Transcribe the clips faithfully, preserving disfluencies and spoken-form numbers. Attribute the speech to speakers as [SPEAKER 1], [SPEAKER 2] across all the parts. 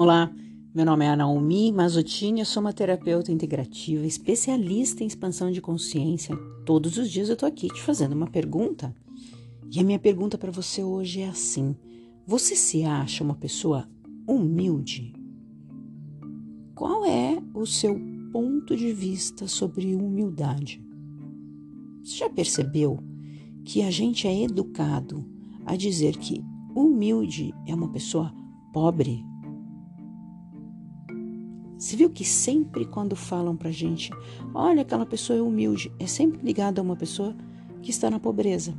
[SPEAKER 1] Olá, meu nome é Naomi Mazzottini, eu sou uma terapeuta integrativa, especialista em expansão de consciência. Todos os dias eu tô aqui te fazendo uma pergunta. E a minha pergunta para você hoje é assim: você se acha uma pessoa humilde? Qual é o seu ponto de vista sobre humildade? Você já percebeu que a gente é educado a dizer que humilde é uma pessoa pobre? Você viu que sempre quando falam pra gente, olha, aquela pessoa é humilde, é sempre ligada a uma pessoa que está na pobreza.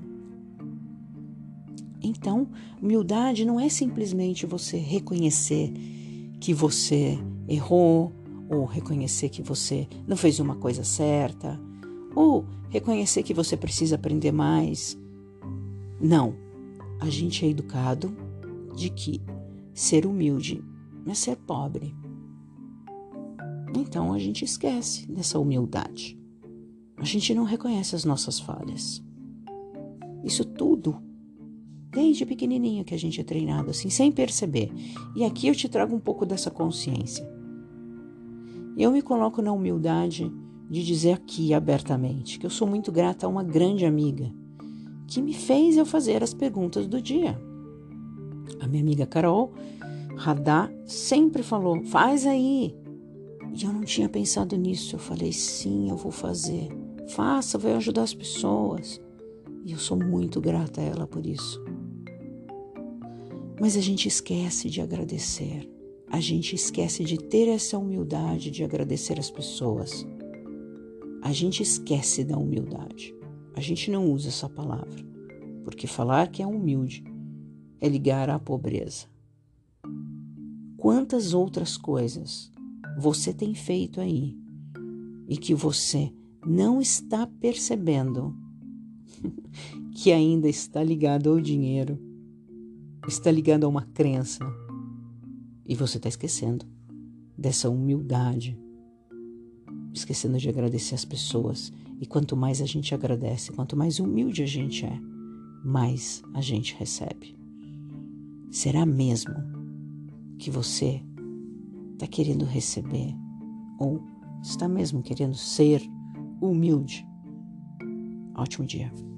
[SPEAKER 1] Então, humildade não é simplesmente você reconhecer que você errou, ou reconhecer que você não fez uma coisa certa, ou reconhecer que você precisa aprender mais. Não, a gente é educado de que ser humilde não é ser pobre. Então a gente esquece dessa humildade. A gente não reconhece as nossas falhas. Isso tudo, desde pequenininho que a gente é treinado assim, sem perceber. E aqui eu te trago um pouco dessa consciência. Eu me coloco na humildade de dizer aqui abertamente que eu sou muito grata a uma grande amiga que me fez eu fazer as perguntas do dia. A minha amiga Carol Radá sempre falou, faz aí. E eu não tinha pensado nisso. Eu falei, sim, eu vou fazer. Faça, vai ajudar as pessoas. E eu sou muito grata a ela por isso. Mas a gente esquece de agradecer. A gente esquece de ter essa humildade de agradecer as pessoas. A gente esquece da humildade. A gente não usa essa palavra. Porque falar que é humilde é ligar à pobreza. Quantas outras coisas você tem feito aí e que você não está percebendo que ainda está ligado ao dinheiro, está ligado a uma crença e você está esquecendo dessa humildade, esquecendo de agradecer as pessoas. E quanto mais a gente agradece, quanto mais humilde a gente é, mais a gente recebe. Será mesmo que você está querendo receber ou está mesmo querendo ser humilde? Ótimo dia.